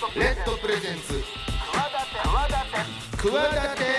レッドプレゼンツ企て。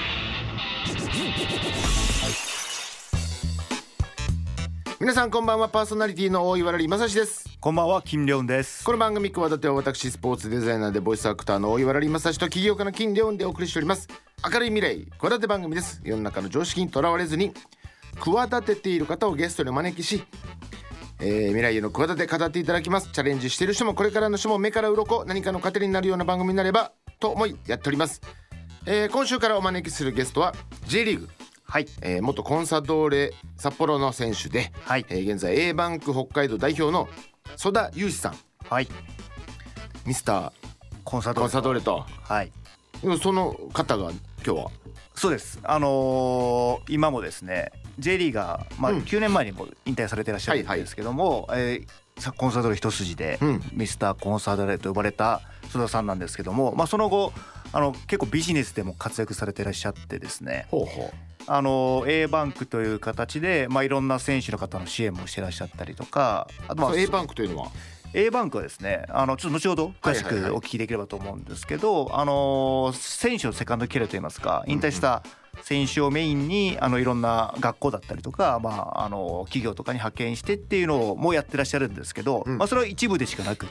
皆さんこんばんは。パーソナリティの大岩良正史です。 こんばんは、金良です。 この番組企ては私スポーツデザイナーでボイスアクターの大岩良正史と起業家の金良でお送りしております。明るい未来企て番組です。世の中の常識にとらわれずに企てている方をゲストにお招きし、未来への企て語っていただきます。チャレンジしている人もこれからの人も目から鱗、何かの糧になるような番組になればと思いやっております。今週からお招きするゲストは J リーグ、 はい、 元コンサドーレ札幌の選手で、 はい、 現在 A バンク北海道代表の曽田雄志さん、 はい、 ミスターコンサドーレと、 はい、 その方が今日はそうです。今もですね J リーガー、9年前にも引退されていらっしゃるんですけども、コンサドーレ一筋で、ミスターコンサドーレと呼ばれた曽田さんなんですけども、その後結構ビジネスでも活躍されていらっしゃってですね、A バンクという形で、いろんな選手の方の支援もしてらっしゃったりとか、あと A バンクというのは A バンクはですね、ちょっと後ほど詳しくお聞きできればと思うんですけど、選手のセカンドキャリアといいますか、引退した選手をメインにいろんな学校だったりとか、企業とかに派遣してっていうのもやってらっしゃるんですけど、それは一部でしかなくって、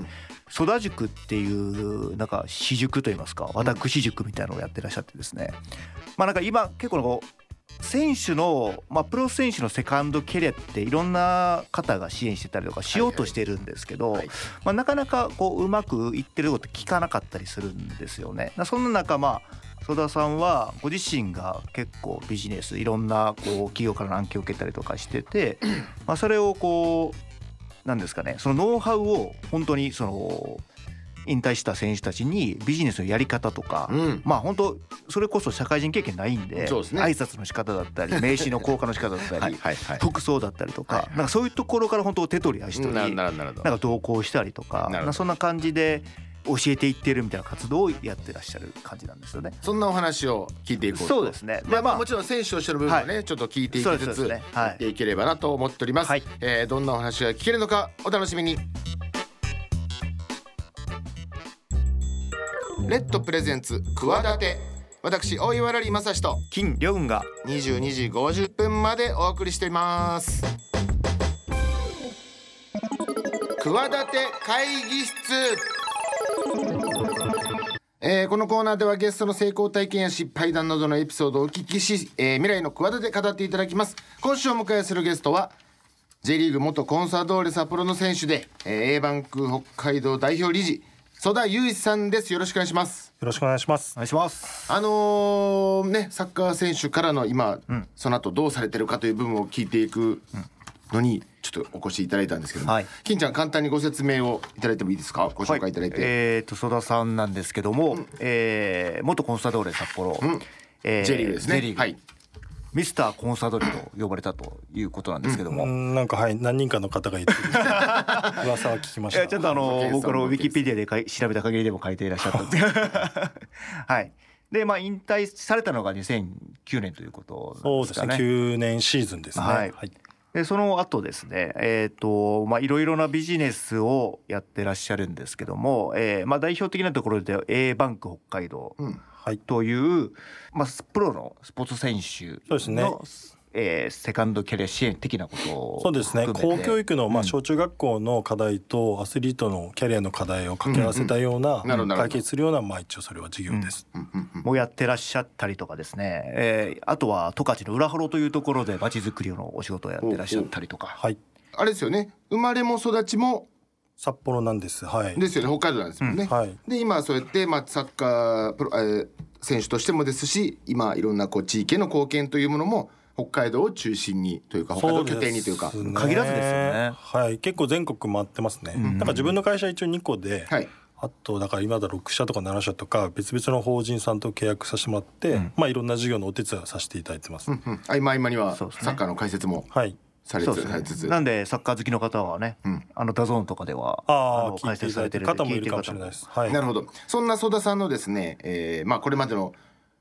曽田塾っていうなんか私塾といいますか、私塾みたいなのをやってらっしゃってですね、なんか今結構選手の、プロ選手のセカンドキャリアっていろんな方が支援してたりとかしようとしてるんですけど、なかなかうまくいってること聞かなかったりするんですよね。そんな中、曽田さんはご自身が結構ビジネスいろんな企業からの案件を受けたりとかしてて、それをなんですかね、そのノウハウを本当に引退した選手たちにビジネスのやり方とか、本当それこそ社会人経験ないんで、挨拶の仕方だったり名刺の交換の仕方だったり服装だったりとか、なんかそういうところから本当手取り足取りなんか同行したりとか、そんな感じで教えていってるみたいな活動をやってらっしゃる感じなんですよね。 そんなお話を聞いていこうと。そうですね。もちろん選手としての部分はね、ちょっと聞いていきつつやっていければなと思っております。どんなお話が聞けるのかお楽しみに。レッドプレゼンツ企て。私大岩良正史と金良雲が 22時50分までお送りしています。企て会議室。このコーナーではゲストの成功体験や失敗談などのエピソードをお聞きし、未来の企て語っていただきます。今週お迎えするゲストは J リーグ元コンサドーレ札幌の選手で、A バンク北海道代表理事曽田雄志さんです。よろしくお願いします。 よろしくお願いします。 お願いします。 サッカー選手からの今、その後どうされてるかという部分を聞いていくのにちょっとお越しいただいたんですけども、金ちゃん簡単にご説明をいただいてもいいですか。ご紹介いただいて。 曽田さんなんですけども、元コンサドーレ札幌、 J リーグですね。 J リーグ、ミスターコンサドーレと呼ばれたということなんですけども、 なんか何人かの方が言ってる噂は聞きました。 ちゃんと僕のウィキペディアで調べた限りでも書いていらっしゃったんですはい。で引退されたのが2009年ということなんですかね。 そうですね、9年シーズンですね。 でその後ですね、いろいろなビジネスをやってらっしゃるんですけども、代表的なところで A バンク北海道という、プロのスポーツ選手の、セカンドキャリア支援的なことをそうですね、公教育の、小中学校の課題とアスリートのキャリアの課題を掛け合わせたような、解決するような、一応それは事業です。 もうやってらっしゃったりとかですね、あとは十勝の浦幌というところでまちづくりのお仕事をやってらっしゃったりとか。 あれですよね、生まれも育ちも札幌なんです。 ですよね、北海道なんですもんね。で今そうやって、サッカープロ、選手としてもですし、今いろんな地域への貢献というものも北海道を中心にというか、北海道を拠点にというか、 限らずですよね。 結構全国回ってますね。だから自分の会社一応2個で、あとだから今だ6社とか7社とか別々の法人さんと契約させてもらって、いろんな事業のお手伝いをさせていただいてます。 合間にはサッカーの解説もされつつ、 なんでサッカー好きの方はね、ダゾーンとかでは解説されてる方もいるかもしれないです。 なるほど。そんな曽田さんのですね、これまでの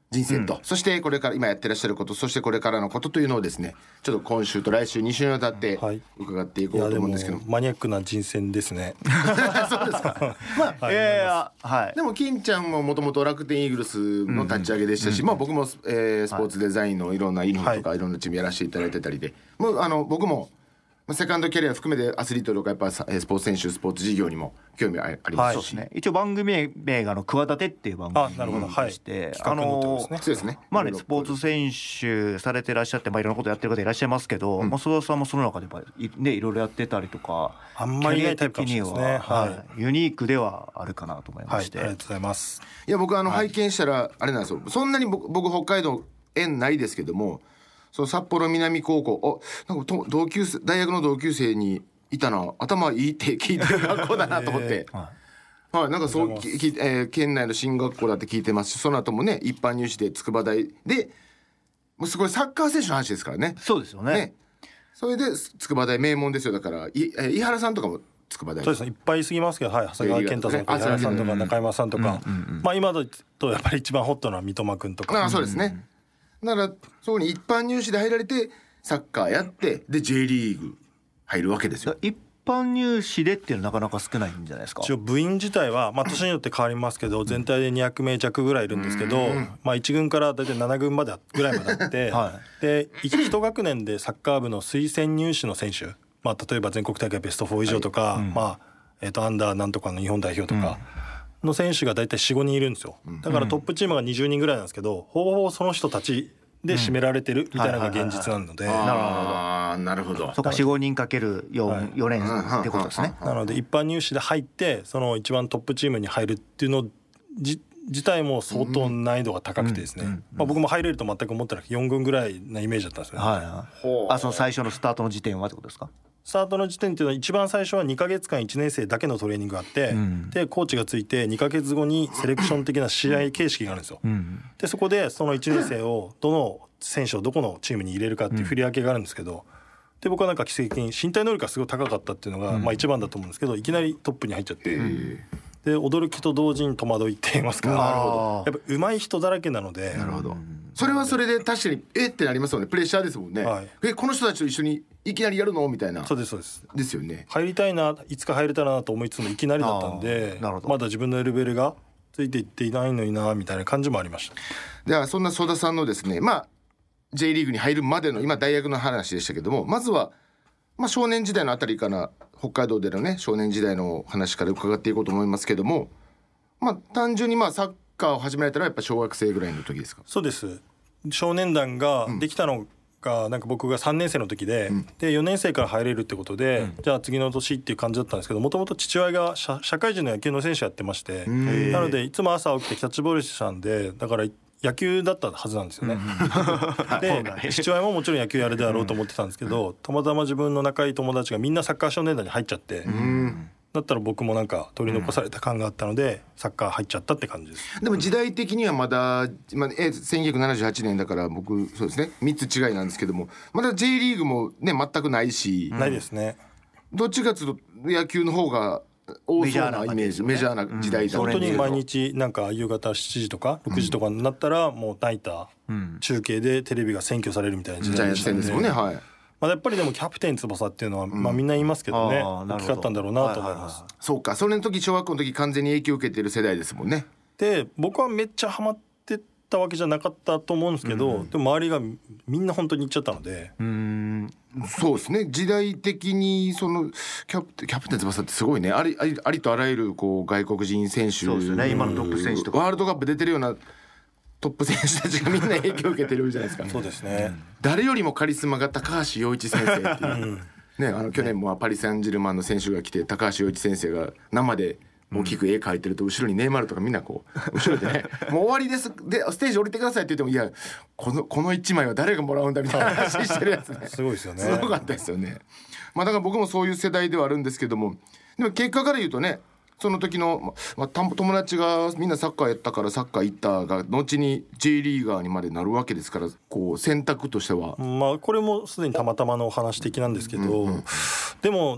人生と、そしてこれから今やってらっしゃること、そしてこれからのことというのをですね、ちょっと今週と来週2週にわたって伺っていこうと思うんですけど、 マニアックな人選ですねそうですかでも金ちゃんももともと楽天イーグルスの立ち上げでしたし、僕も、スポーツデザインのいろんなユニフとかいろんなチームやらせていただいてたりで、もう僕もセカンドキャリア含めてアスリートとかやっぱスポーツ選手スポーツ事業にも興味ありますし、 一応番組名が企てっていう番組でして、 そうですね、 スポーツ選手されてらっしゃって、いろんなことやってる方いらっしゃいますけど、須田さんもその中でいろいろやってたりとか、 あんまりないタイプかもしれないですね。 ユニークではあるかなと思いまして、 ありがとうございます。 いや僕拝見したらあれなんですよ、そんなに僕北海道縁ないですけども、その札幌南高校、なんか大学の同級生にいたな、頭いいって聞いてる学校だなと思ってなんかそう県内の進学校だって聞いてますし、その後もね一般入試で筑波大で、もうすごいサッカー選手の話ですからね。 そうですよね。 それで筑波大名門ですよ。だから井原さんとかも筑波大、 そうですね、いっぱいすぎますけど、長谷川健太さんとか井原さんとか中山さんとか、今だとやっぱり一番ホットな三笘君とか。 そうですね。だからそこに一般入試で入られてサッカーやってで J リーグ入るわけですよ。 一般入試でっていうのはなかなか少ないんじゃないですか。 一応部員自体は、年によって変わりますけど、全体で200名弱ぐらいいるんですけど、1軍から大体7軍ぐらいまであって、で1学年でサッカー部の推薦入試の選手、例えば全国大会ベスト4以上とか、アンダーなんとかの日本代表とかの選手が大体 4,5 人いるんですよ。だからトップチームが20人ぐらいなんですけど、ほぼほぼその人たちで占められてるみたいなのが現実なので、 なるほど。 そうか、4,5 人かける4年ってことですね。 なので一般入試で入ってその一番トップチームに入るっていうの自体も相当難易度が高くてですね、僕も入れると全く思ってなくて4軍ぐらいなイメージだったんですよね。 その最初のスタートの時点はってことですか。 スタートの時点っていうのは一番最初は2ヶ月間1年生だけのトレーニングがあって、でコーチがついて2ヶ月後にセレクション的な試合形式があるんですよ。でそこでその1年生をどの選手をどこのチームに入れるかっていう振り分けがあるんですけど、で僕はなんか奇跡的に身体能力がすごい高かったっていうのが一番だと思うんですけど、いきなりトップに入っちゃって、で驚きと同時に戸惑いって言いますか、やっぱ上手い人だらけなので。 なるほど。それはそれで確かにってなりますよね。プレッシャーですもんね。この人たちと一緒にいきなりやるのみたいな。 そうですそうですですよね。 入りたいな、いつか入れたらなと思いつつもいきなりだったんで、まだ自分のレベルがついていっていないのになみたいな感じもありました。 ではそんな曽田さんのですね、J リーグに入るまでの今大学の話でしたけども、まずは少年時代のあたりから北海道でのね少年時代の話から伺っていこうと思いますけども、単純にサッカーを始められたらやっぱ小学生ぐらいの時ですか。 そうです。少年団ができたのがなんか僕が3年生の時で、で4年生から入れるってことで、じゃあ次の年っていう感じだったんですけど、もともと父親が社会人の野球の選手やってまして、なのでいつも朝起きてキャッチボールしてたんで、だから野球だったはずなんですよね。で父親ももちろん野球やるであろうと思ってたんですけど、たまたま自分の仲いい友達がみんなサッカー少年団に入っちゃって、だったら僕もなんか取り残された感があったので、サッカー入っちゃったって感じです。 でも時代的にはまだ、1978年だから僕そうですね3つ違いなんですけども、まだ J リーグもね全くないし、 ないですね。 どっちかというと野球の方が多そうなイメージ、メジャーな時代だ。 本当に毎日なんか夕方7時とか6時とかになったらもうナイター中継でテレビが占拠されるみたいな時代でしたので、 ですもんね。 やっぱりでもキャプテン翼っていうのはみんな言いますけどね、大きかったんだろうなと思います。 そうか、それの時小学校の時完全に影響を受けてる世代ですもんね。 で僕はめっちゃハマってたわけじゃなかったと思うんですけど、でも周りがみんな本当に行っちゃったので。 そうですね、時代的にそのキャプテン翼ってすごいね、ありとあらゆるこう外国人選手、 そうですね、今のトップ選手とかワールドカップ出てるようなトップ選手たちがみんな影響を受けてるじゃないですか。 そうですね、 誰よりもカリスマが高橋陽一先生っていうね、去年もパリ・サンジェルマンの選手が来て高橋陽一先生が生で大きく絵描いてると後ろにネイマールとかみんなこう後ろでねもう終わりですでステージ降りてくださいって言っても、いやこの1枚は誰がもらうんだみたいな話してるやつねすごいですよね。 すごかったですよね。だから僕もそういう世代ではあるんですけども、でも結果から言うとね、その時の、友達がみんなサッカーやったからサッカー行ったが後に J リーガーにまでなるわけですから、こう選択としてはこれもすでにたまたまのお話的なんですけど、でも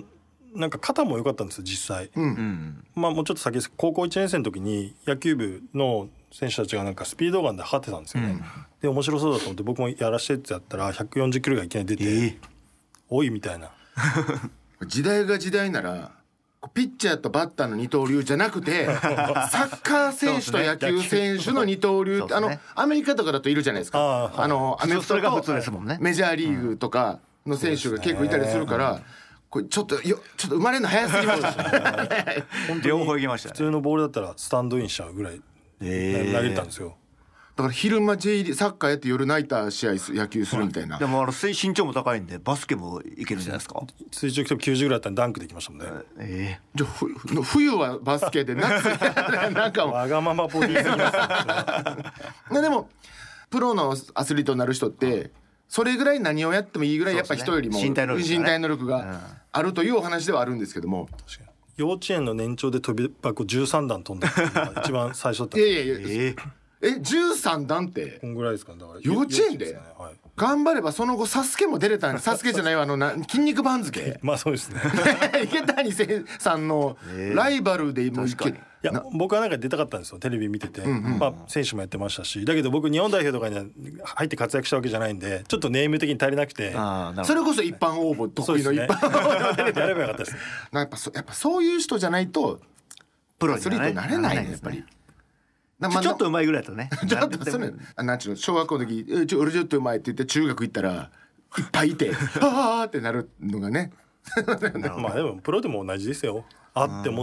なんか肩も良かったんですよ実際、 うんまあもうちょっと先です。高校1年生の時に野球部の選手たちがなんかスピードガンで測ってたんですよね、で面白そうだと思って僕もやらしてってやったら140キロがいきなり出て、おいみたいな時代が時代ならピッチャーとバッターの二刀流じゃなくてサッカー選手と野球選手の二刀流って、アメリカとかだといるじゃないですか。アメフトとメジャーリーグとかの選手が結構いたりするから、これちょっと生まれるの早すぎます両方いきましたね。 普通のボールだったらスタンドインしちゃうぐらい投げたんですよ。 だから昼間 J リーサッカーやって夜ナイター試合野球するみたいな、 でも身長も高いんでバスケもいけるんじゃないですか。 垂直90ぐらいだったらダンクできましたもんね。 じゃあ冬はバスケで夏なんかわがままボディーすぎますね。でもプロのアスリートになる人ってそれぐらい何をやってもいいぐらいやっぱ人よりも身体能力があるというお話ではあるんですけども、 確かに幼稚園の年長で飛び箱13段飛んだっていうのが一番最初だったんですいや13段ってこんぐらいですか。だから幼稚園で、はい、頑張ればその後サスケも出れたんサスケじゃないわ筋肉番付まあそうですね池谷さんのライバルでもいけ、 いや僕はなんか出たかったんですよテレビ見てて、まあ、選手もやってましたし、だけど僕日本代表とかには入って活躍したわけじゃないんでちょっとネーム的に足りなくて、 それこそ一般応募得意の一般応募やればよかったですねやっぱそういう人じゃないとプロアスリートになれないねやっぱり。 ちょっとうまいぐらいだとね。 ちょっとそれなんちゅうの小学校の時俺ちょっとうまいって言って中学行ったらいっぱいいてあーってなるのがねまあでもプロでも同じですよ。って思って、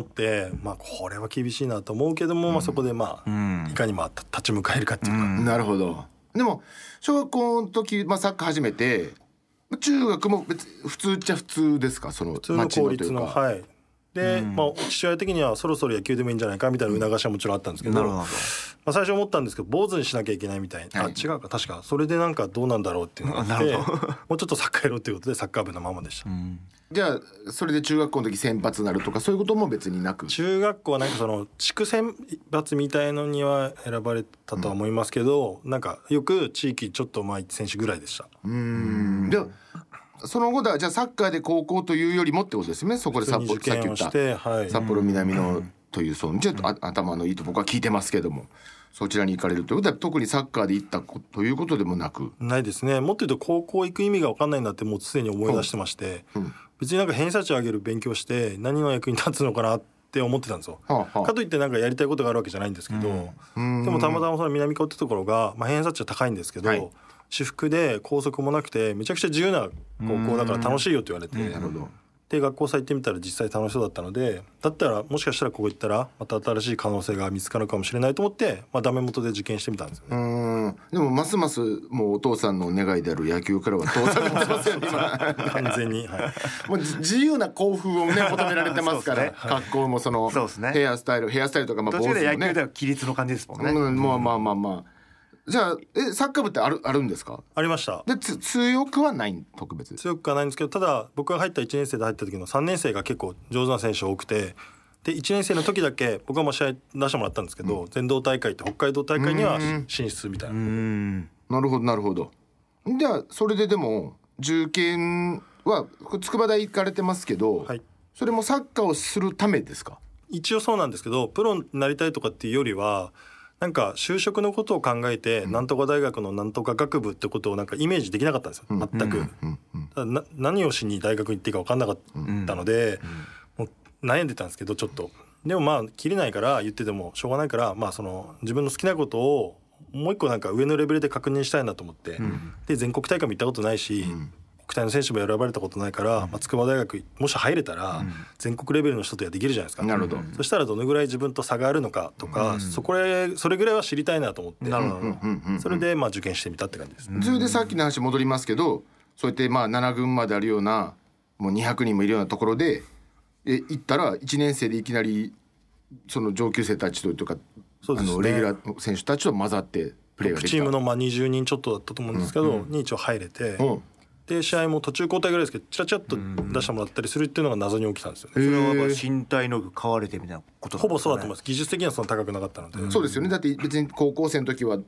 まあこれは厳しいなと思うけども、まあそこでまあいかにまあ立ち向かえるかっていうか、 なるほど。でも小学校の時、まあ、サッカー始めて中学も別普通っちゃ普通ですか。その普通の公立のはいで、まあ父親的にはそろそろ野球でもいいんじゃないかみたいな促しはもちろんあったんですけど、まあ最初思ったんですけど坊主にしなきゃいけないみたいな、違うか確かそれでなんかどうなんだろうっていうのがあってもうちょっとサッカーやろうっていうことでサッカー部のままでした。 じゃあそれで中学校の時選抜になるとかそういうことも別になく、 中学校はなんかその地区選抜みたいのには選ばれたとは思いますけど、なんかよく地域ちょっと上手い選手ぐらいでした。 でその後だじゃあサッカーで高校というよりもってことですよね。そこで札幌さっき言った、はい、札幌南のというそのちょっと頭のいいと僕は聞いてますけども、そちらに行かれるということは特にサッカーで行ったということでもなく、 ないですね。もっと言うと高校行く意味が分かんないなってもうすでに思い出してまして、別になんか偏差値上げる勉強して何の役に立つのかなって思ってたんですよ、かといってなんかやりたいことがあるわけじゃないんですけど、でもたまたまその南高ってところが、まあ、偏差値は高いんですけど、私服で校則もなくてめちゃくちゃ自由な高校だから楽しいよって言われて、で学校祭ってみたら実際楽しそうだったので、だったらもしかしたらここ行ったらまた新しい可能性が見つかるかもしれないと思って、まあ、ダメ元で受験してみたんですよね。 でもますますもうお父さんの願いである野球からは遠ざかってますよね今完全に、はい、 もう自由な校風をね求められてますから、格好もそのヘアスタイルとか、まあ坊主もね、 途中で野球では規律の感じですもんね。 まあじゃあサッカー部ってあるんですか？ ありました。 で強くはない特別強くはないんですけど、ただ僕が入った1年生で入った時の3年生が結構上手な選手多くて、で1年生の時だけ僕はもう試合出してもらったんですけど、全道大会って北海道大会には進出みたいな。 なるほど。じゃあそれででも受験は筑波大行かれてますけど、それもサッカーをするためですか？ 一応そうなんですけど、プロになりたいとかっていうよりはなんか就職のことを考えて、なんとか大学のなんとか学部ってことをなんかイメージできなかったんですよ、全く。何をしに大学に行っていいか分かんなかったので、もう悩んでたんですけど、ちょっとでもまあ切れないから言っててもしょうがないから、まあその自分の好きなことをもう一個なんか上のレベルで確認したいなと思って、で全国大会も行ったことないし、国体の選手も選ばれたことないから、まあ、筑波大学もし入れたら全国レベルの人とはできるじゃないですか。 なるほど。 そしたらどのぐらい自分と差があるのかとか、それぐらいは知りたいなと思って、それでまあ受験してみたって感じです。 それでさっきの話戻りますけど、そうやってまあ7軍まであるようなもう200人もいるようなところで行ったら1年生でいきなりその上級生たちとか、レギュラー選手たちと混ざってプレーができた。 チームのまあ20人ちょっとだったと思うんですけど、に一応入れて、で試合も途中交代ぐらいですけどチラチラっと出してもらったりするっていうのが謎に起きたんですよね。 それは身体能力買われてみたいなこと、 ほぼそうだと思います。技術的にはそんな高くなかったので。 そうですよね。だって別に高校生の時は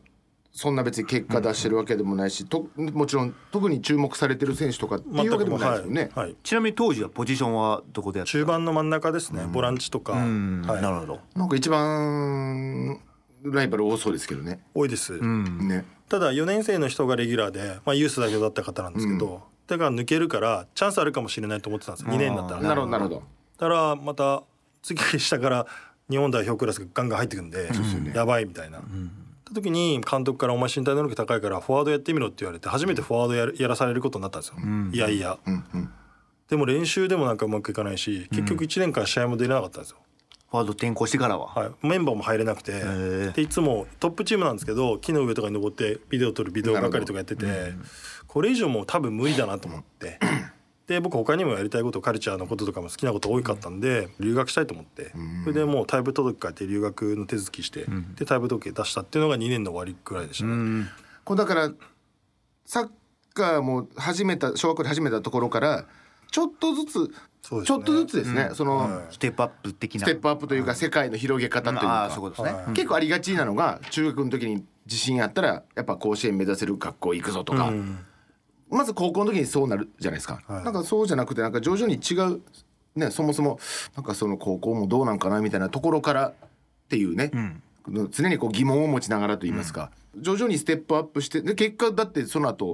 そんな別に結果出してるわけでもないし、もちろん特に注目されてる選手とかっていうわけでもないですよね、 はいはい、 ちなみに当時はポジションはどこでやってた？ 中盤の真ん中ですね、ボランチとか、はい、 なるほど。 なんか一番ライバル多そうですけどね。 多いです、 ね。 ただ4年生の人がレギュラーで、ユース代表だった方なんですけど、だから抜けるからチャンスあるかもしれないと思ってたんですよ、2年だったら。 なるほどなるほど。 だからまた次下から日本代表クラスがガンガン入ってくるんで、やばいみたいな、時に監督からお前身体能力高いからフォワードやってみろって言われて初めてフォワード やらされることになったんですよ、いやいや、でも練習でもなんかうまくいかないし結局1年間試合も出れなかったんですよ、 フォワード転向してからは、 はい、メンバーも入れなくて、でいつもトップチームなんですけど木の上とかに登ってビデオ撮るビデオ係とかやってて、これ以上もう多分無理だなと思ってで僕他にもやりたいことカルチャーのこととかも好きなこと多かったんで留学したいと思って、それでもう退部届書いて留学の手続きして、で退部届出したっていうのが2年の終わりくらいでしたね。 こうだからサッカーも小学校で始めたところからちょっとずつ、ちょっとずつですね、そのステップアップ的な、 ステップアップというか世界の広げ方というか、 そうですね、 結構ありがちなのが中学の時に自信あったらやっぱ甲子園目指せる学校行くぞとか、まず高校の時にそうなるじゃないですか、なんかそうじゃなくてなんか徐々に違うね、そもそもなんかその高校もどうなんかなみたいなところからっていうね、常にこう疑問を持ちながらと言いますか、徐々にステップアップしてで結果だってその後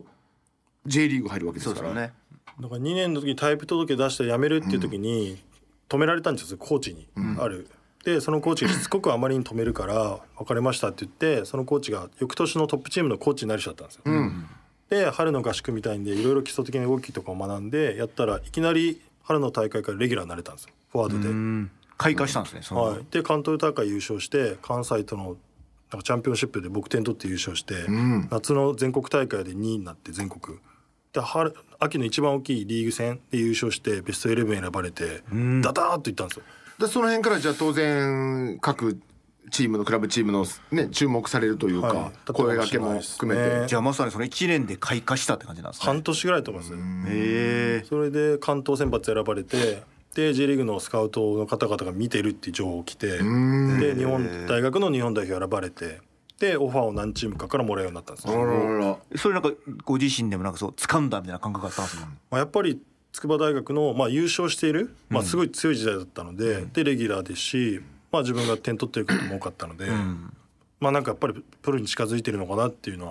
J リーグ入るわけですから。 そうですよね。 だから2年の時に退部届出して辞めるっていう時に止められたんですよ、コーチに、あるでそのコーチがしつこくあまりに止めるから別れましたって言ってそのコーチが翌年のトップチームのコーチになる人だったんですよ、で春の合宿みたいんでいろいろ基礎的な動きとかを学んでやったらいきなり春の大会からレギュラーになれたんですよ、フォワードで。 開花したんですね、その、 はい、で関東大会優勝して関西とのなんかチャンピオンシップで僕点取って優勝して、夏の全国大会で2位になって全国で秋の一番大きいリーグ戦で優勝してベスト11選ばれてダダーッといったんですよ。 でその辺からじゃあ当然各チームのクラブチームの、ね、注目されるというか、声掛けも含めて、 じゃあまさにその1年で開花したって感じなんですね。 半年ぐらいと思います。それで関東選抜選ばれてで J リーグのスカウトの方々が見てるっていう情報来て、で日本大学の日本代表選ばれてでオファーを何チームかからもらうようになったんですよ。 それなんかご自身でもなんかそう掴んだみたいな感覚があったんですか？ やっぱり筑波大学の、優勝している、すごい強い時代だったので、でレギュラーですし、自分が点取ってることも多かったので、なんかやっぱりプロに近づいてるのかなっていうのは。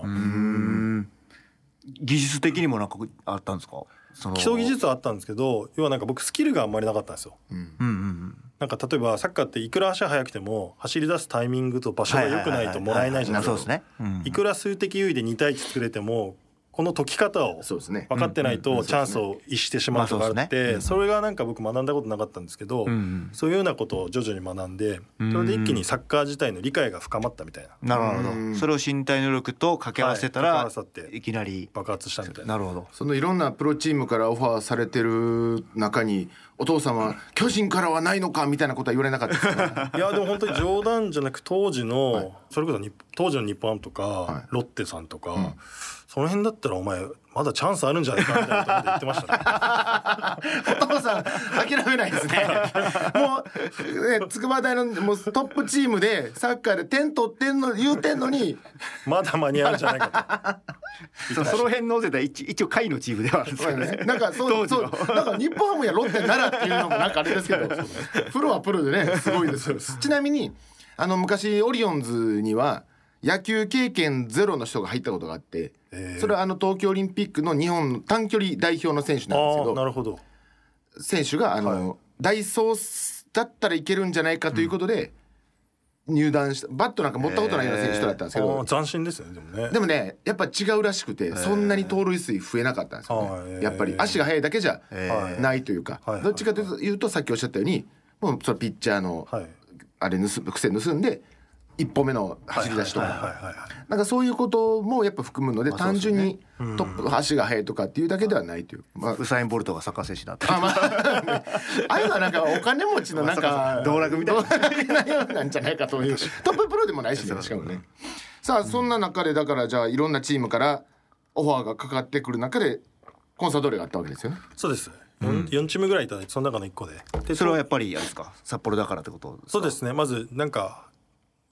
技術的にもなんかあったんですか？ 基礎技術はあったんですけど、要はなんか僕スキルがあんまりなかったんですよ。なんか例えばサッカーっていくら足速くても走り出すタイミングと場所が良くないともらえないじゃないですか。いくら数的優位で2対1作れてもこの解き方を分かってないとチャンスを逸してしまうとかあって、それがなんか僕学んだことなかったんですけど、そういうようなことを徐々に学んで、それで一気にサッカー自体の理解が深まったみたいな。 なるほど。それを身体能力と掛け合わせたらいきなり爆発したみたいな。 なるほど。 そのいろんなプロチームからオファーされてる中にお父さんは巨人からはないのかみたいなことは言われなかったですか？ いやでも本当に冗談じゃなく当時の、それこそ当時の日本ハムとか、ロッテさんとか、その辺だったらお前まだチャンスあるんじゃないかみたいなこと言ってましたね。 お父さん諦めないですね。もう、ね、筑波大のもうトップチームでサッカーで点取ってんの言うてんのにまだ間に合うんじゃないかと。その辺の一応下位のチームではあるんですよね。 なんかそうなんか日本ハムやロッテならっていうのもなんかあれですけど、プロはプロでねすごいですよ。ちなみに昔オリオンズには野球経験ゼロの人が入ったことがあって、それは東京オリンピックの日本短距離代表の選手なんですけど、 なるほど。 選手がダイソーだったらいけるんじゃないかということで入団したバットなんか持ったことないような選手だったんですけど、 斬新ですよね。 でもねやっぱ違うらしくて、そんなに盗塁数増えなかったんですよね。やっぱり足が速いだけじゃないというか、どっちかというとさっきおっしゃったようにもうそのピッチャーのあれ癖盗んで一歩目の走り出しとか、なんかそういうこともやっぱ含むので、単純にトップ足が速いとかっていうだけではないという、 ウサイン・ボルトがサッカー選手だった。 ああいうのはなんかお金持ちのなんか道楽みたいななんじゃないかというトッププロでもないしね、しかもね。さあそんな中でだからじゃあいろんなチームからオファーがかかってくる中でコンサドーレがあったわけですよね。 そうです。4チームぐらいいただいてその中の1個で。 それはやっぱりあれですか、札幌だからってことですか？ そうですね。まずなんか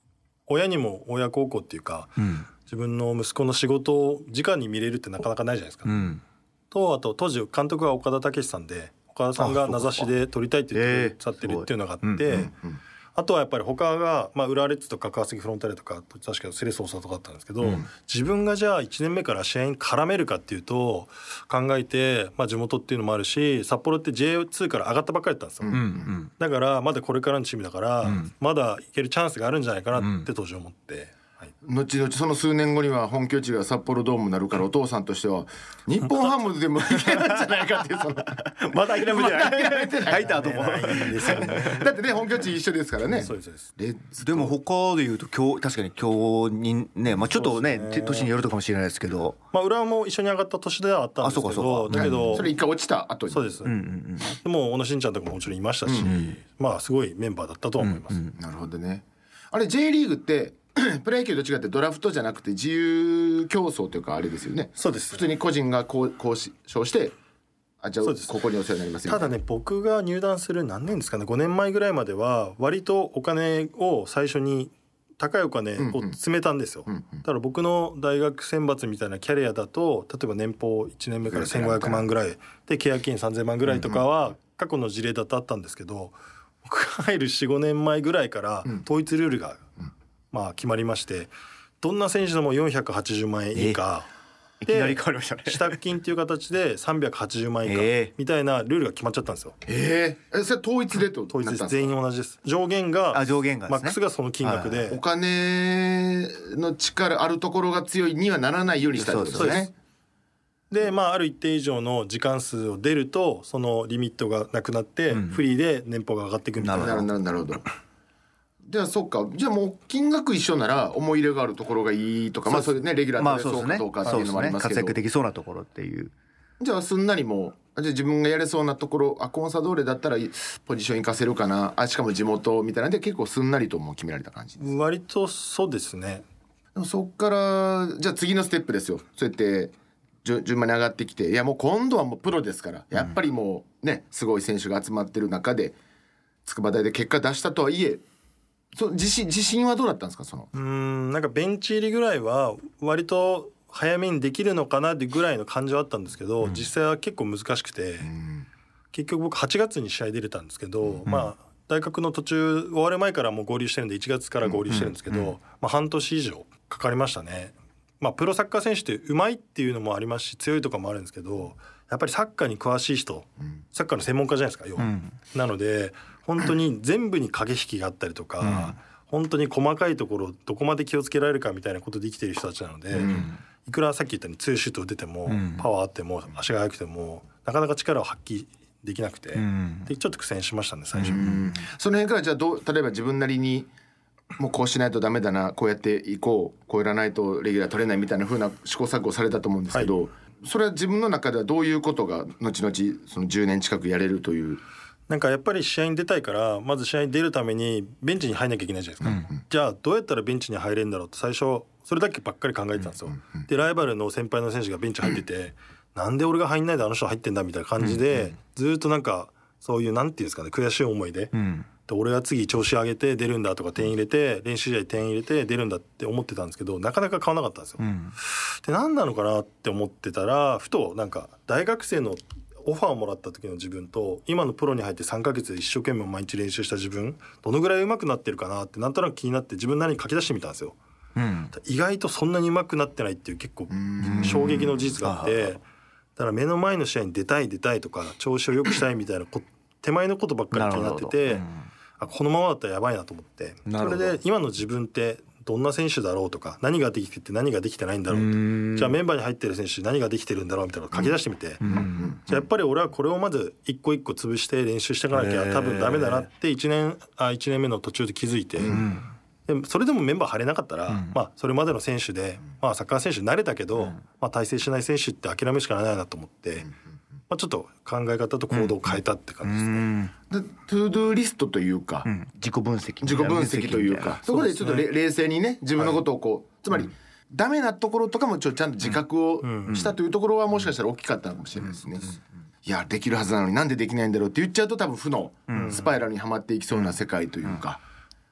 親にも親孝行っていうか、自分の息子の仕事を直に見れるってなかなかないじゃないですか、とあと当時監督は岡田武史さんで、岡田さんが名指しで撮りたいって言ってくださってるっていうのがあって、あとはやっぱり他が、浦和レッズとか川崎フロンターレとか確かセレソーサとかだったんですけど、自分がじゃあ1年目から試合に絡めるかっていうと考えて、地元っていうのもあるし、札幌って J2 から上がったばっかりだったんですよ、だからまだこれからのチームだから、まだいけるチャンスがあるんじゃないかなって当時思って、 後々その数年後には本拠地が札幌ドームになるから、お父さんとしては日本ハムでもいけるんじゃないかっていう、そのまだ諦めてない入った後もだってね本拠地一緒ですからね。 そうですレッズでも他でいうと確かに今日にね、ちょっとね年によるとかもしれないですけど、 浦和も一緒に上がった年ではあったんですけど、だけどそれ一回落ちた後に。 そうです、でも小野伸ちゃんとかももちろんいましたし、すごいメンバーだったと思います、 なるほどね。あれ J リーグってプロ野球と違ってドラフトじゃなくて自由競争というかあれですよね。 そうです。 普通に個人が交渉して、じゃあここにお世話になりますよ。 ただね、僕が入団する何年ですかね、5年前ぐらいまでは割とお金を最初に高いお金を詰めたんですよ、だから僕の大学選抜みたいなキャリアだと、例えば年俸1年目から1500万ぐらいで契約金3000万ぐらいとかは過去の事例だとあったんですけど、僕が入る 4,5 年前ぐらいから統一ルールが決まりまして、どんな選手でも480万円以下いきなり変わりましたね。 支度金っていう形で380万円以下みたいなルールが決まっちゃったんですよ。 それ統一でと統一です。全員同じです。上限がマックスがその金額で、 お金の力あるところが強いにはならないようにしたんですね。 である一定以上の時間数を出るとそのリミットがなくなって、フリーで年俸が上がっていくみたいな。 なるほど。じゃあそっか、じゃあもう金額一緒なら思い入れがあるところがいいとか、それねレギュラー取れそうかどうかっていうのもありますけど、 活躍できそうなところっていう。 じゃあすんなりもうじゃあ自分がやれそうなところ、コンサドーレだったらポジション行かせるかな、しかも地元みたいなんで結構すんなりともう決められた感じです。 割とそうですね。 でもそっからじゃあ次のステップですよ。そうやって順番に上がってきて、いやもう今度はもうプロですから、やっぱりもうねすごい選手が集まってる中で筑波大で結果出したとはいえ、自信はどうだったんですか？ なんかベンチ入りぐらいは割と早めにできるのかなってぐらいの感じはあったんですけど、実際は結構難しくて、結局僕8月に試合出れたんですけど、大学の途中終わる前からもう合流してるんで1月から合流してるんですけど、半年以上かかりましたね。プロサッカー選手ってうまいっていうのもありますし強いとかもあるんですけど、やっぱりサッカーに詳しい人、サッカーの専門家じゃないですか要は、なので本当に全部に駆け引きがあったりとか、本当に細かいところどこまで気をつけられるかみたいなことで生きてる人たちなので、いくらさっき言ったように強いシュート打てても、パワーあっても足が速くてもなかなか力を発揮できなくて、でちょっと苦戦しましたね最初。 その辺からじゃあ例えば自分なりにもうこうしないとダメだな、こうやっていこう、こうやらないとレギュラー取れないみたいな風な試行錯誤されたと思うんですけど、それは自分の中ではどういうことが後々その10年近くやれるという。 なんかやっぱり試合に出たいからまず試合に出るためにベンチに入んなきゃいけないじゃないですか、じゃあどうやったらベンチに入れるんだろうって最初それだけばっかり考えてたんですよ、でライバルの先輩の選手がベンチ入ってて、なんで俺が入んないであの人入ってんだみたいな感じで、ずっとなんかそういうなんていうんですかね、悔しい思いで、で俺は次調子上げて出るんだとか点入れて練習試合点入れて出るんだって思ってたんですけど、なかなか買わなかったんですよ、で何なのかなって思ってたら、ふとなんか大学生のオファーをもらった時の自分と今のプロに入って3ヶ月で一生懸命毎日練習した自分、どのぐらい上手くなってるかなってなんとなく気になって自分なりに書き出してみたんですよ、意外とそんなに上手くなってないっていう結構衝撃の事実があって、だから目の前の試合に出たいとか調子を良くしたいみたいな手前のことばっかり気になってて、このままだったらやばいなと思って、それで今の自分ってどんな選手だろうとか、何ができてて何ができてないんだろうと、じゃあメンバーに入ってる選手何ができてるんだろうみたいなのを書き出してみて、じゃあやっぱり俺はこれをまず一個一個潰して練習していかなきゃ多分ダメだなって1年目の途中で気づいて、でそれでもメンバー入れなかったら、それまでの選手で、サッカー選手になれたけど、大成しない選手って諦めるしかないなと思って、ちょっと考え方と行動を変えたって感じですね。 トゥードゥーリストというか、 自己分析というか、そこでちょっと冷静にね自分のことをこう、つまりダメなところとかもちゃんと自覚をしたというところはもしかしたら大きかったかもしれないですね。いやできるはずなのになんでできないんだろうって言っちゃうと多分負のスパイラルにはまっていきそうな世界というか、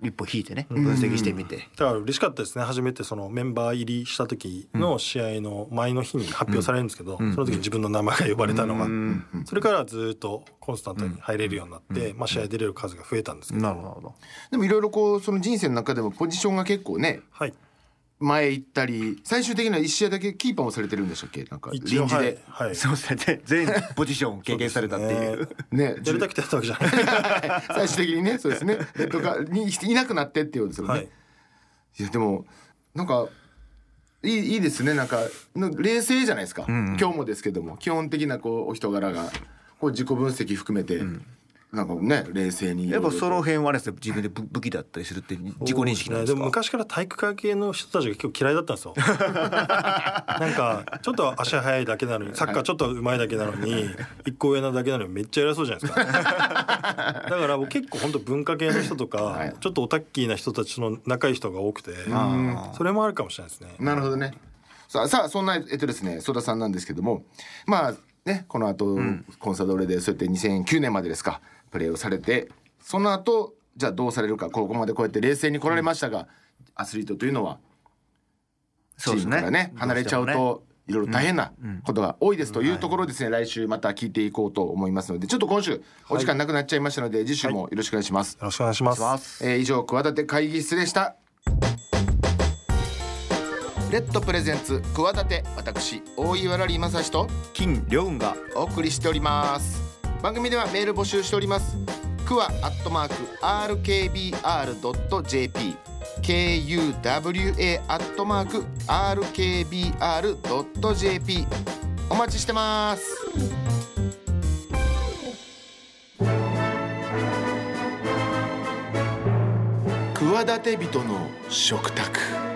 一歩引いてね分析してみて、 だから嬉しかったですね。初めてそのメンバー入りした時の試合の前の日に発表されるんですけど、その時に自分の名前が呼ばれたのが、それからずっとコンスタントに入れるようになって、試合出れる数が増えたんですけど。 なるほど。 でもいろいろこうその人生の中でもポジションが結構ね、 はい、 前行ったり最終的には1試合だけキーパーもされてるんでしたっけ？なんか臨時で、 はい、 そうですね、全ポジションを経験されたっていうね、 やりたくてやったわけじゃない最終的にね、そうですね、とかにいなくなってっていうことですよね、はい、いやでもなんかいいですね。なんか冷静じゃないですか、今日もですけども基本的なこうお人柄がこう自己分析含めて、なんかね冷静に。 やっぱその辺はね自分で武器だったりするって自己認識なんですか？ でも昔から体育会系の人たちが結構嫌いだったんですよなんかちょっと足速いだけなのにサッカーちょっと上手いだけなのに一個上なだけなのにめっちゃ偉そうじゃないですかだから僕結構本当文化系の人とか、ちょっとオタッキーな人たちの仲いい人が多くて、それもあるかもしれないですね。 なるほどね。さあそんなですね曽田さんなんですけども、まあねこの後、コンサドーレでそうやって2009年までですかプレーをされて、その後じゃあどうされるか、ここまでこうやって冷静に来られましたが、アスリートというのはチームからね離れちゃうといろいろ大変なことが多いですというところですね、来週また聞いていこうと思いますので、ちょっと今週お時間なくなっちゃいましたので、次週もよろしくお願いします。 よろしくお願いします。 以上企て会議室でした。レッドプレゼンツ企て、私大岩良理正史と金良雲がお送りしております。番組ではメール募集しております。クワ@rkbr.jp kuwa@rkbr.jp お待ちしてます。企て人の食卓。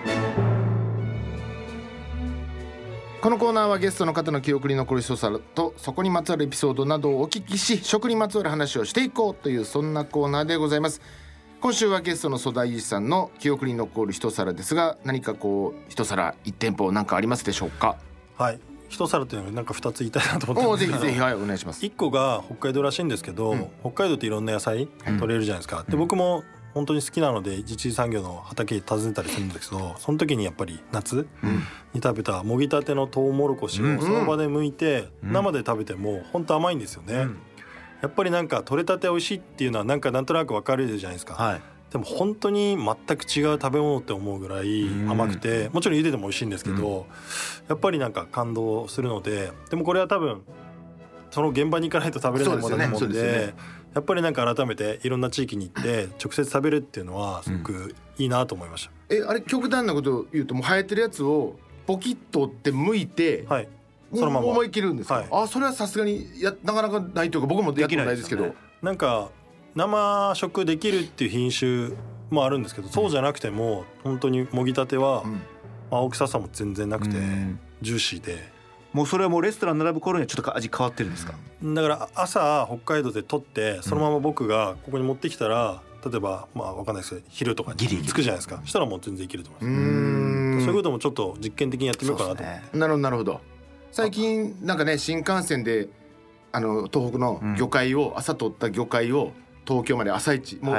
このコーナーはゲストの方の記憶に残る一皿とそこにまつわるエピソードなどをお聞きし、食にまつわる話をしていこうという、そんなコーナーでございます。今週はゲストの曽田一さんの記憶に残る一皿ですが、何かこう一皿一店舗何かありますでしょうか？ はい、一皿っていうのはなんか2つ言いたいなと思ってぜひぜひ、はい、お願いします。 1個が北海道らしいんですけど、北海道っていろんな野菜取れるじゃないですか、で僕も本当に好きなので一次産業の畑訪ねたりするんですけど、その時にやっぱり夏に食べたもぎたてのトウモロコシをその場で剥いて生で食べても本当甘いんですよね、やっぱりなんか取れたて美味しいっていうのはなんとなく分かるじゃないですか、はい、でも本当に全く違う食べ物って思うぐらい甘くて、もちろん茹でても美味しいんですけど、やっぱりなんか感動するので、でもこれは多分その現場に行かないと食べれないものだと思うんで、やっぱりなんか改めていろんな地域に行って直接食べるっていうのはすごくいいなと思いました。 あれ極端なことを言うと、もう生えてるやつをポキッと折って剥いて、 はい、そのまま思い切るんですか？はい、それはさすがになかなかないというか、僕もやってないですけど、 なんか生食できるっていう品種もあるんですけど、そうじゃなくても本当にもぎたては青臭さも全然なくてジューシーで、 もうそれはもうレストラン並ぶ頃にはちょっと味変わってるんですか？ だから朝北海道で取ってそのまま僕がここに持ってきたら、例えばまあ分かんないですけど昼とかにつくじゃないですか。したらもう全然いけると思います。そういうこともちょっと実験的にやってみようかなと思って。 なるほどなるほど。最近なんかね、新幹線で東北の魚介を、朝取った魚介を東京まで朝一もう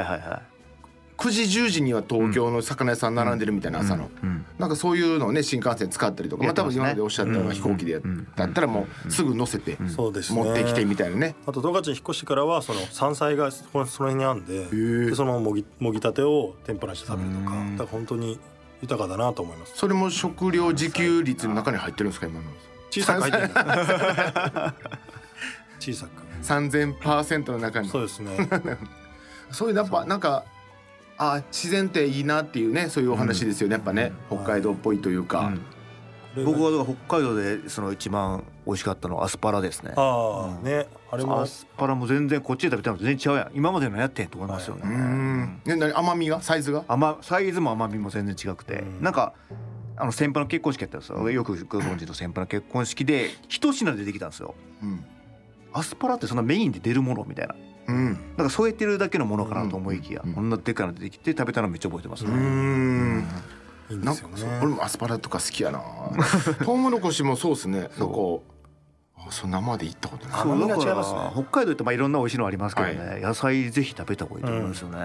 9時10時には東京の魚屋さん並んでるみたいな、朝のなんかそういうのをね新幹線使ったりとか、多分今までおっしゃったような飛行機でだったらもうすぐ乗せて持ってきてみたいなね。 あと十勝に引っ越してからはその山菜がその辺にあるんで、そのもぎたてを天ぷらして食べるとか、だから本当に豊かだなと思います。 それも食料自給率の中に入ってるんですか？今の小さく入ってる小さく 3000% の中に。そうですねそういうやっぱなんか自然っていいなっていうね、そういうお話ですよね、やっぱね、北海道っぽいというか、 僕は北海道でその一番美味しかったのはアスパラですね。 ね、あれもアスパラも全然こっちで食べたのと全然違うやん、今までのやってんと思いますよね。 甘みがサイズがサイズも甘みも全然違くて、なんか先輩の結婚式やったんですよ。よくご存知の先輩の結婚式で一品でできたんですよ。アスパラってそんなメインで出るものみたいな、なんか添えてるだけのものかなと思いきや、こんなでかいの出てきて食べたのめっちゃ覚えてますね。 いいんですよね。 俺もアスパラとか好きやなトウモロコシもそうですね。なんか生で行ったことない。 甘みが違いますね。北海道っていろんな美味しいのありますけどね、野菜ぜひ食べた方がいいと思いますよね。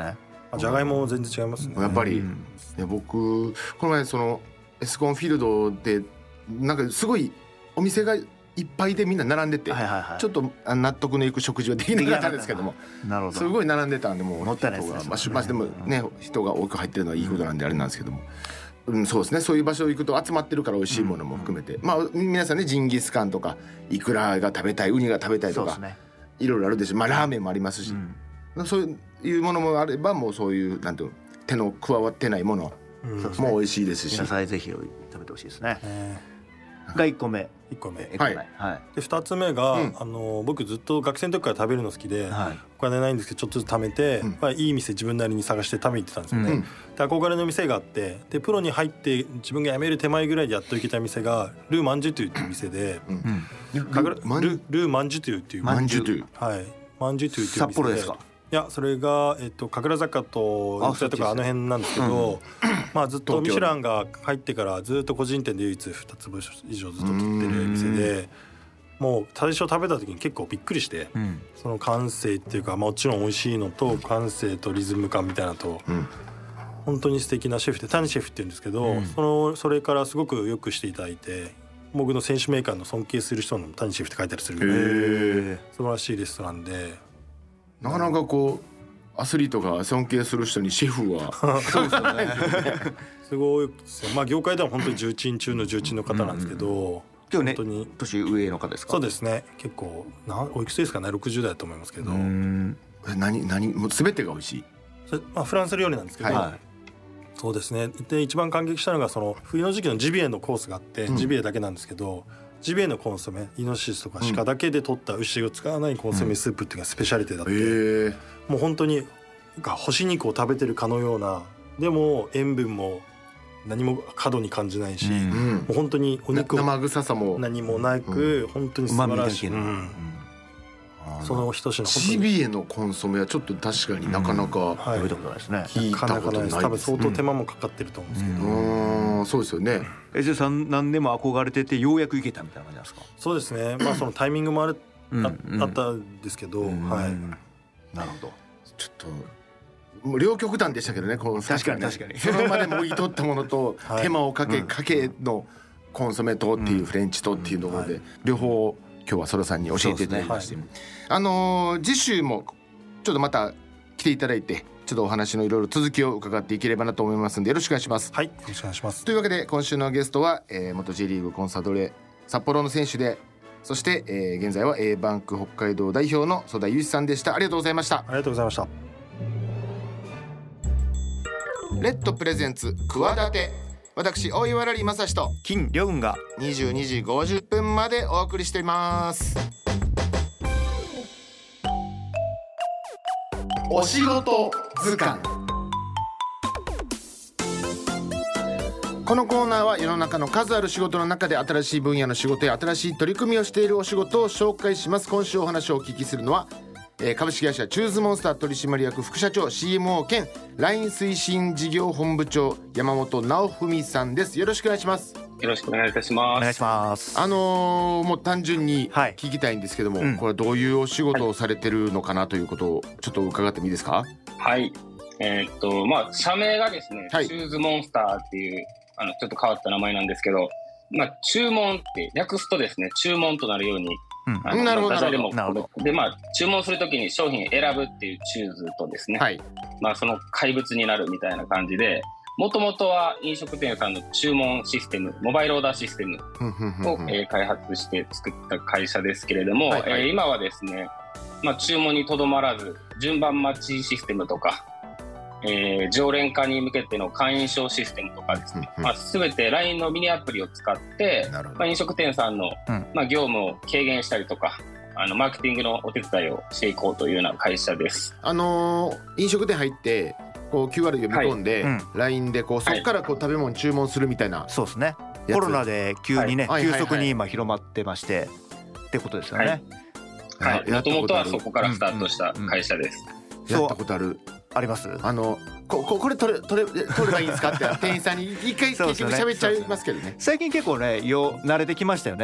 じゃがいもも全然違いますね。 やっぱり、僕この前そのエスコンフィールドでなんかすごいお店がいっぱいでみんな並んでて、ちょっと納得のいく食事はできなかったんですけども、 なるほど、 すごい並んでたんで、もうもったいない人ですね。 がでもね人が多く入ってるのはいいことなんであれなんですけども、そうですね、そういう場所行くと集まってるから美味しいものも含めて、皆さんねジンギスカンとかイクラが食べたい、ウニが食べたいとか、いろいろあるでしょ。ラーメンもありますし、そういうものもあれば、もうそういうなんていうの手の加わってないものも美味しいですし、 野菜ぜひ食べてほしいですね。が1個目。 1個目、 はい、 で2つ目が、僕ずっと学生の時から食べるの好きで、お金ないんですけどちょっとずつ貯めて、いい店自分なりに探して食べに行ってたんですよね。で憧れの店があって、でプロに入って自分が辞める手前ぐらいでやっと行けた店がルーマンジュトゥっていう店で、ルーマンジュトゥっていうマンジュトゥ、 はい、マンジュトゥっていう店で、 札幌ですか？ いや、それが神楽坂と四谷とかあの辺なんですけど、ずっとミシュランが入ってからずっと個人店で唯一2つ星以上ずっと取ってる店で、もう最初食べた時に結構びっくりして、その感性っていうか、もちろん美味しいのと感性とリズム感みたいなのと、本当に素敵なシェフで、谷シェフって言うんですけど、それからすごくよくしていただいて、僕の選手メーカーの尊敬する人の谷シェフって書いてあるするぐらい素晴らしいレストランで、 なかなかこうアスリートが尊敬する人にシェフはそうですよねすごいですよ。業界では本当に重鎮中の重鎮の方なんですけど、 今日ね、 本当に年上の方ですか？ そうですね、結構おいくつですかね、60代だと思いますけど、 何もう全てが美味しい。 それフランス料理なんですけど、そうですね。で一番感激したのが、その冬の時期のジビエのコースがあって、ジビエだけなんですけど、ジビエのコンソメ、イノシシとか鹿だけで取った牛を使わないコンソメスープっていうのがスペシャリティだって、もう本当に干し肉を食べてるかのような、でも塩分も何も過度に感じないし、もう本当にお肉生臭さも何もなく、本当に素晴らしい、その一品。 ジビエのコンソメはちょっと確かになかなか食べたことないですね。 聞いたことないです。 多分相当手間もかかってると思うんですけど、 そうですよね。 江瀬さん何でも憧れててようやく行けたみたいな感じなんですか？ そうですね、そのタイミングもあったんですけど、 なるほど。 ちょっともう両極端でしたけどね、この確かにその場でもぎ取ったものと手間をかけのコンソメとっていうフレンチとっていうので、両方今日はソラさんに教えていただきまして、次週もちょっとまた来ていただいて、ちょっとお話のいろいろ続きを伺っていければなと思いますので、よろしくお願いします。 はい、よろしくお願いします。 というわけで今週のゲストは、元 J リーグコンサドーレ札幌の選手で、そして、現在は A バンク北海道代表の曽田祐一さんでした。ありがとうございました。 ありがとうございました。 レッドプレゼンツ企て、私大岩良理正史と金良雲が 22時50分までお送りしています。お仕事図鑑。このコーナーは世の中の数ある仕事の中で新しい分野の仕事や新しい取り組みをしているお仕事を紹介します。今週お話をお聞きするのは、株式会社チューズモンスター取締役副社長 CMO 兼 LINE 推進事業本部長山本直文さんです。よろしくお願いします。 よろしくお願いいたします。 お願いします。 もう単純に聞きたいんですけども、これはどういうお仕事をされてるのかなということをちょっと伺ってもいいですか？ はい、社名がですね、チューズモンスターっていうちょっと変わった名前なんですけど、注文って略すとですね、注文となるように、 なるほどダジャレもで、注文するときに商品選ぶっていうチューズとですね、その怪物になるみたいな感じで、もともとは飲食店さんの注文システム、モバイルオーダーシステムを開発して作った会社ですけれども、今はですね、注文にとどまらず順番待ちシステムとか、常連化に向けての会員証システムとかですね、全て LINE のミニアプリを使って、飲食店さんの、業務を軽減したりとか、マーケティングのお手伝いをしていこうというような会社です。 飲食店入ってこう QR 読み込んで、LINE でこうそこからこう食べ物注文するみたいな、 そうですね。コロナで急にね、急速に今広まってまして、ってことですよね。 もともとはそこからスタートした会社です。 やったことある？ あります。 これ取ればいいんですかって店員さんに一回結局喋っちゃいますけどね。 最近結構ね慣れてきましたよね。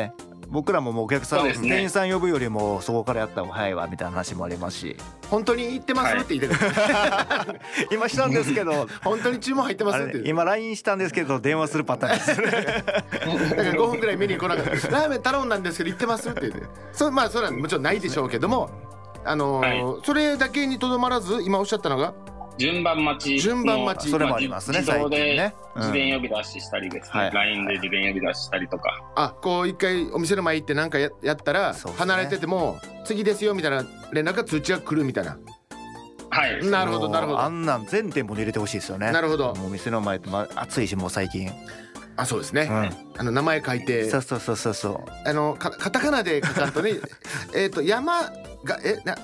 僕らももうお客さん、 そうですね店員さん呼ぶよりもそこからやった方が早いわみたいな話もありますし、 本当に行ってます、って言ってくる今したんですけど本当に注文入ってますって今 LINE したんですけど電話するパターンですねだから5分ぐらい目に来なかったラーメン頼んだんですけど行ってますって言ってまあそれはもちろんないでしょうけどもそれだけにとどまらず今おっしゃったのが順番待ちそれもありますね。 自動でね、 事前呼び出ししたりですね、LINE で事前呼び出ししたりとか、 こう一回お店の前行ってなんか やったら、離れてても次ですよみたいな連絡が通知が来るみたいな。なるほどなるほど。 あんなん全店舗に入れてほしいですよね。 なるほど。 もう店の前って暑いしもう最近。 そうですね、名前書いてそうカタカナで書かんとね山が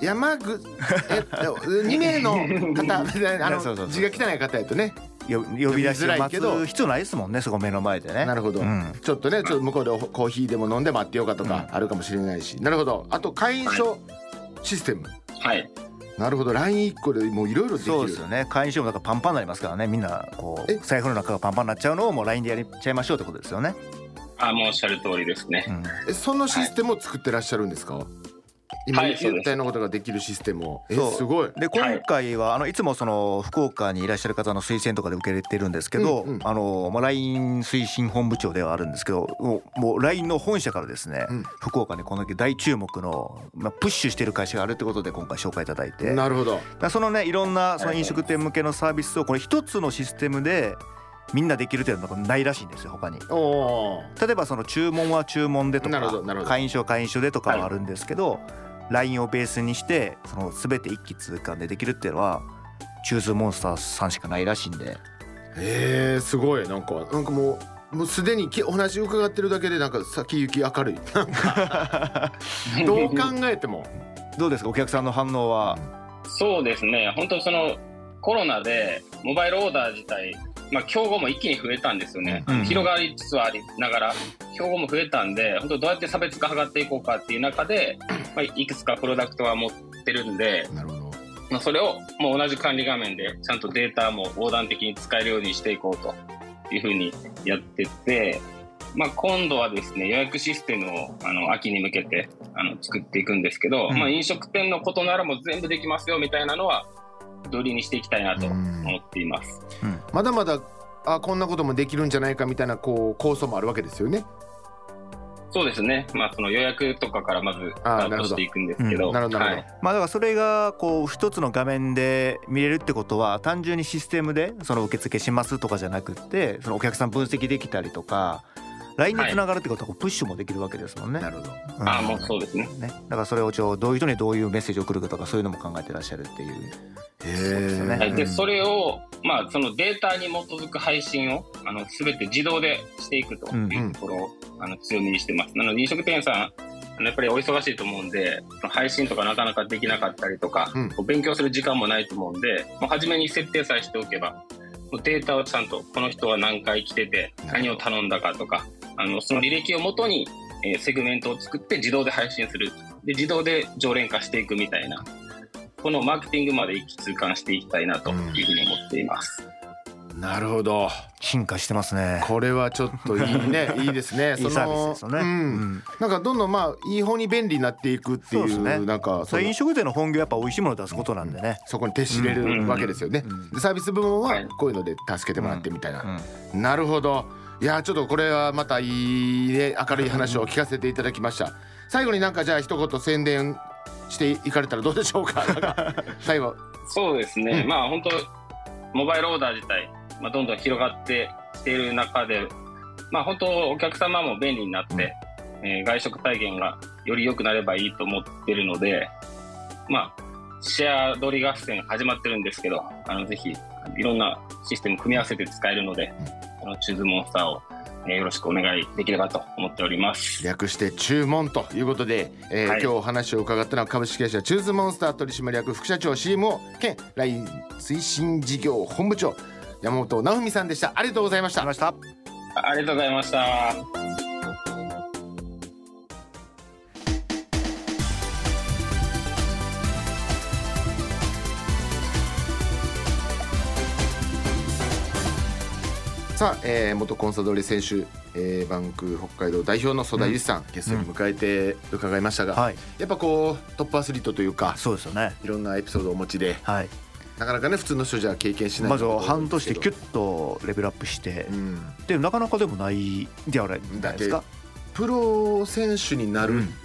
2名の方字が汚い方やとね呼び出しを待つ必要ないですもんね、そこ目の前でね。 なるほど、ちょっと向こうでコーヒーでも飲んで待ってようかとかあるかもしれないし、なるほど。あと会員証システム、なるほど。 LINE1 個でもういろいろできる。 そうですよね。会員証もだからパンパンになりますからね。みんなこう財布の中がパンパンになっちゃうのをもう LINE でやっちゃいましょうってことですよね。 もうおっしゃる通りですね。 そのシステムを作ってらっしゃるんですか？今言ったようなことができるシステムを。すごい。 で今回はいつもその福岡にいらっしゃる方の推薦とかで受け入れてるんですけど、LINE 推進本部長ではあるんですけど、もう LINE の本社からですね、福岡にこの時大注目のプッシュしてる会社があるってことで今回紹介いただいて。 なるほど。 そのねいろんなその飲食店向けのサービスをこれ一つのシステムでみんなできるというのがないらしいんですよ他に。例えばその注文は注文でとか会員証は会員証でとかはあるんですけど、LINE をベースにしてその全て一気通貫でできるっていうのはチューズモンスターさんしかないらしいんで。 すごい。なんかもうすでにお話伺ってるだけでなんか先行き明るいなんかどう考えても。 どうですかお客さんの反応は？ そうですね、本当そのコロナでモバイルオーダー自体競合も一気に増えたんですよね、広がりつつありながら競合も増えたんで、本当どうやって差別化図っていこうかっていう中で、いくつかプロダクトは持ってるんで、 なるほど。 それをもう同じ管理画面でちゃんとデータも横断的に使えるようにしていこうというふうにやってて、今度はですね予約システムを秋に向けて作っていくんですけど、飲食店のことならもう全部できますよみたいなのは導入にしていきたいなと思っています。 まだまだこんなこともできるんじゃないかみたいな構想もあるわけですよね。 そうですね、その予約とかからまずスタートしていくんですけど、 だからそれがこう一つの画面で見れるってことは単純にシステムでその受付しますとかじゃなくってそのお客さん分析できたりとか LINE につながるってことはプッシュもできるわけですもんね。 なるほど。 もうそうですね。 だからそれをどういう人にどういうメッセージを送るかとかそういうのも考えてらっしゃるっていう。 でそれをそのデータに基づく配信を全て自動でしていくというところを強みにしてます。なので飲食店さんやっぱりお忙しいと思うんで配信とかなかなかできなかったりとか、勉強する時間もないと思うんで、初めに設定さえしておけばデータをちゃんとこの人は何回来てて何を頼んだかとかその履歴をもとにセグメントを作って自動で配信する。で自動で常連化していくみたいな、このマーケティングまで一気通貫していきたいなというふうに思っています。 なるほど。 進化してますね。 これはちょっといいねいいですね。 いいサービスですよね。 なんかどんどんいい方に便利になっていくっていう、なんか飲食店の本業やっぱ美味しいものを出すことなんでね、 そこに徹しれるわけですよね。でサービス部門はこういうので助けてもらってみたいな。なるほど。いやちょっとこれはまたいいね明るい話を聞かせていただきました。最後になんかじゃあ一言宣伝していかれたらどうでしょうか。最後。 そうですね、本当モバイルオーダー自体、どんどん広がってきている中で、本当お客様も便利になって、外食体験がより良くなればいいと思っているので、シェア取り合戦始まってるんですけど、ぜひいろんなシステム組み合わせて使えるので、チューズモンスターをよろしくお願いできればと思っております。 略して注文ということで、今日お話を伺ったのは株式会社チューズモンスター取締役副社長 CMO 兼 LINE 推進事業本部長山本直文さんでした。ありがとうございました。 ありがとうございました。 さあ、元コンサドーレ選手、バンク北海道代表の曽田祐さん、ゲストに迎えて伺いましたが、やっぱこうトップアスリートというか、 そうですよね、 いろんなエピソードをお持ちで、なかなかね普通の人じゃ経験しないまずは半年でキュッとレベルアップして、でなかなかでもないではないですか。 プロ選手になるって、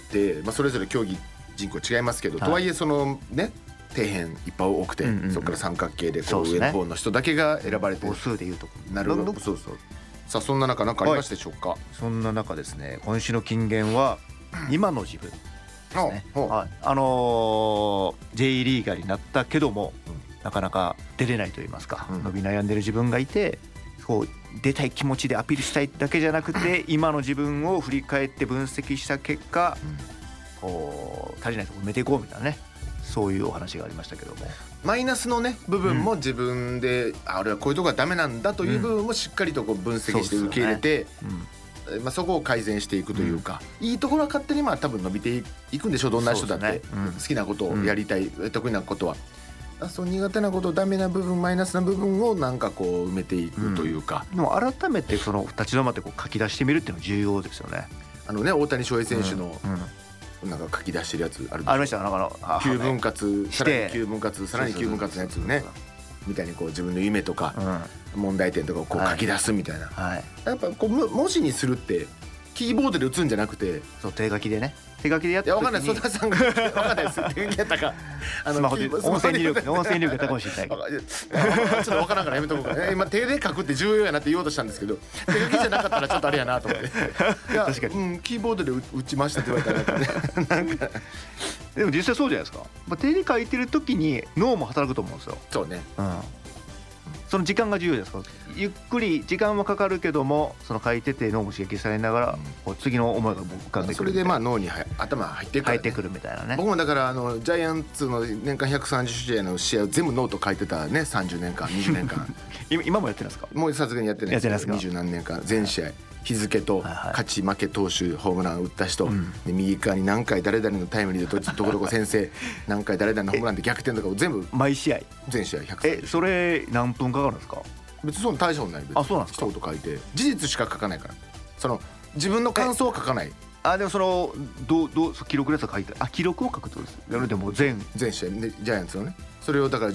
それぞれ競技人口違いますけど、とはいえそのね底辺いっぱい多くて、そこから三角形でこう上の方の人だけが選ばれて母数でいうとなるほど。そうそう。さあそんな中何かありましたでしょうか。 そんな中ですね、今週の金言は今の自分ですね。J リーガーになったけども、なかなか出れないと言いますか、伸び悩んでる自分がいて、こう出たい気持ちでアピールしたいだけじゃなくて、今の自分を振り返って分析した結果、こう足りないところ埋めていこうみたいなね、そういうお話がありましたけども、 マイナスのね部分も自分で、俺はこういうところがダメなんだという部分もしっかりとこう分析して受け入れて、そこを改善していくというか、いいところは勝手に多分伸びていくんでしょう。どんな人だって、好きなことをやりたい、得意なことは、そう苦手なこと、ダメな部分、マイナスな部分をなんかこう埋めていくというか、 でも改めてその立ち止まってこう書き出してみるっていうのは重要ですよね。 大谷翔平選手の、なんか書き出してるやつあるでしょ。 ありました。なんか 9分割、さらに9分割、さらに9分割のやつねみたいに、こう自分の夢とか問題点とかをこう書き出すみたいな、やっぱこう文字にするってキーボードで打つんじゃなくて、 そう手書きでね、手書きでやって、 分かんない、曽田さんが分かんないです、手書きやったかスマホで音声入力やったかもしれないけどちょっと分からんからやめとこうか。今手で書くって重要やなって言おうとしたんですけど、手書きじゃなかったらちょっとあれやなと思って、いや確かに、キーボードで打ちましたって言われたらなんかでも実際そうじゃないですか。手で書いてる時に脳も働くと思うんですよ。 そうね、 その時間が重要ですから、ゆっくり時間はかかるけども、その書いてて脳も刺激されながら、こう次の思いが浮かんでくる、 それで脳に頭入ってくるから、 入ってくるみたいなね。 僕もだからジャイアンツの年間130試合の試合を全部ノート書いてたね、30年間20年間今もやってるんですか。 もうさすがにやってないですけど、20何年間全試合日付と勝ち負け投手ホームラン打った人、で右側に何回誰々のタイムリーでどこどこ先生何回誰々のホームランで逆転とかを全部毎試合全試合130。 それ何分かかるんですか。 別にその大したことない。 そうなんですか。 一言書いて事実しか書かないから、その自分の感想を書かない。 でもその記録のやつを書いて、記録を書くってことです。でも全試合でジャイアンツのね、それをだから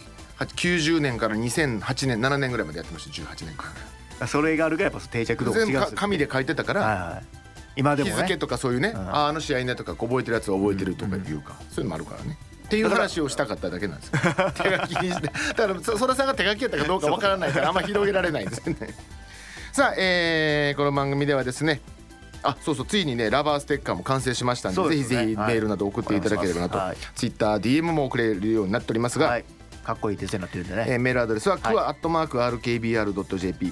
90年から2008年7年ぐらいまでやってました。18年間。 それがあるがやっぱ定着度が違う。 全部紙で書いてたから、 今でもね、 日付とかそういうね、あの試合ねとか覚えてるやつを覚えてるとかいうか、そういうのもあるからねっていう話をしたかっただけなんですよ。手書きにして、だから曽田さんが手書きやったかどうかわからないからあんま広げられないんですよね。さあ、この番組ではですね、そうついにねラバーステッカーも完成しましたんで、ぜひぜひメールなど送っていただければなと、Twitter、DM も送れるようになっておりますが、 かっこいいデザインになってるんでね、 メールアドレスは kua@rkbr.jp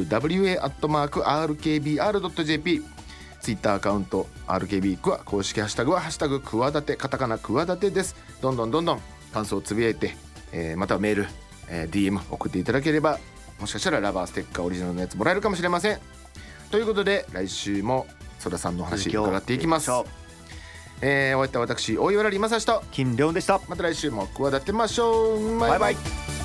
kuwa@rkbr.jp、 ツイッターアカウント RKB クワ、公式ハッシュタグはハッシュタグクワダテ、カタカナクワダテです。どんどん感想をつぶやいて、またはメール、DM 送っていただければ、もしかしたらラバーステッカーオリジナルのやつもらえるかもしれません。ということで来週も曽田さんのお話伺っていきます。お会いいた私大岩良理正と金良でした。 また来週も企てましょう。バイバイ。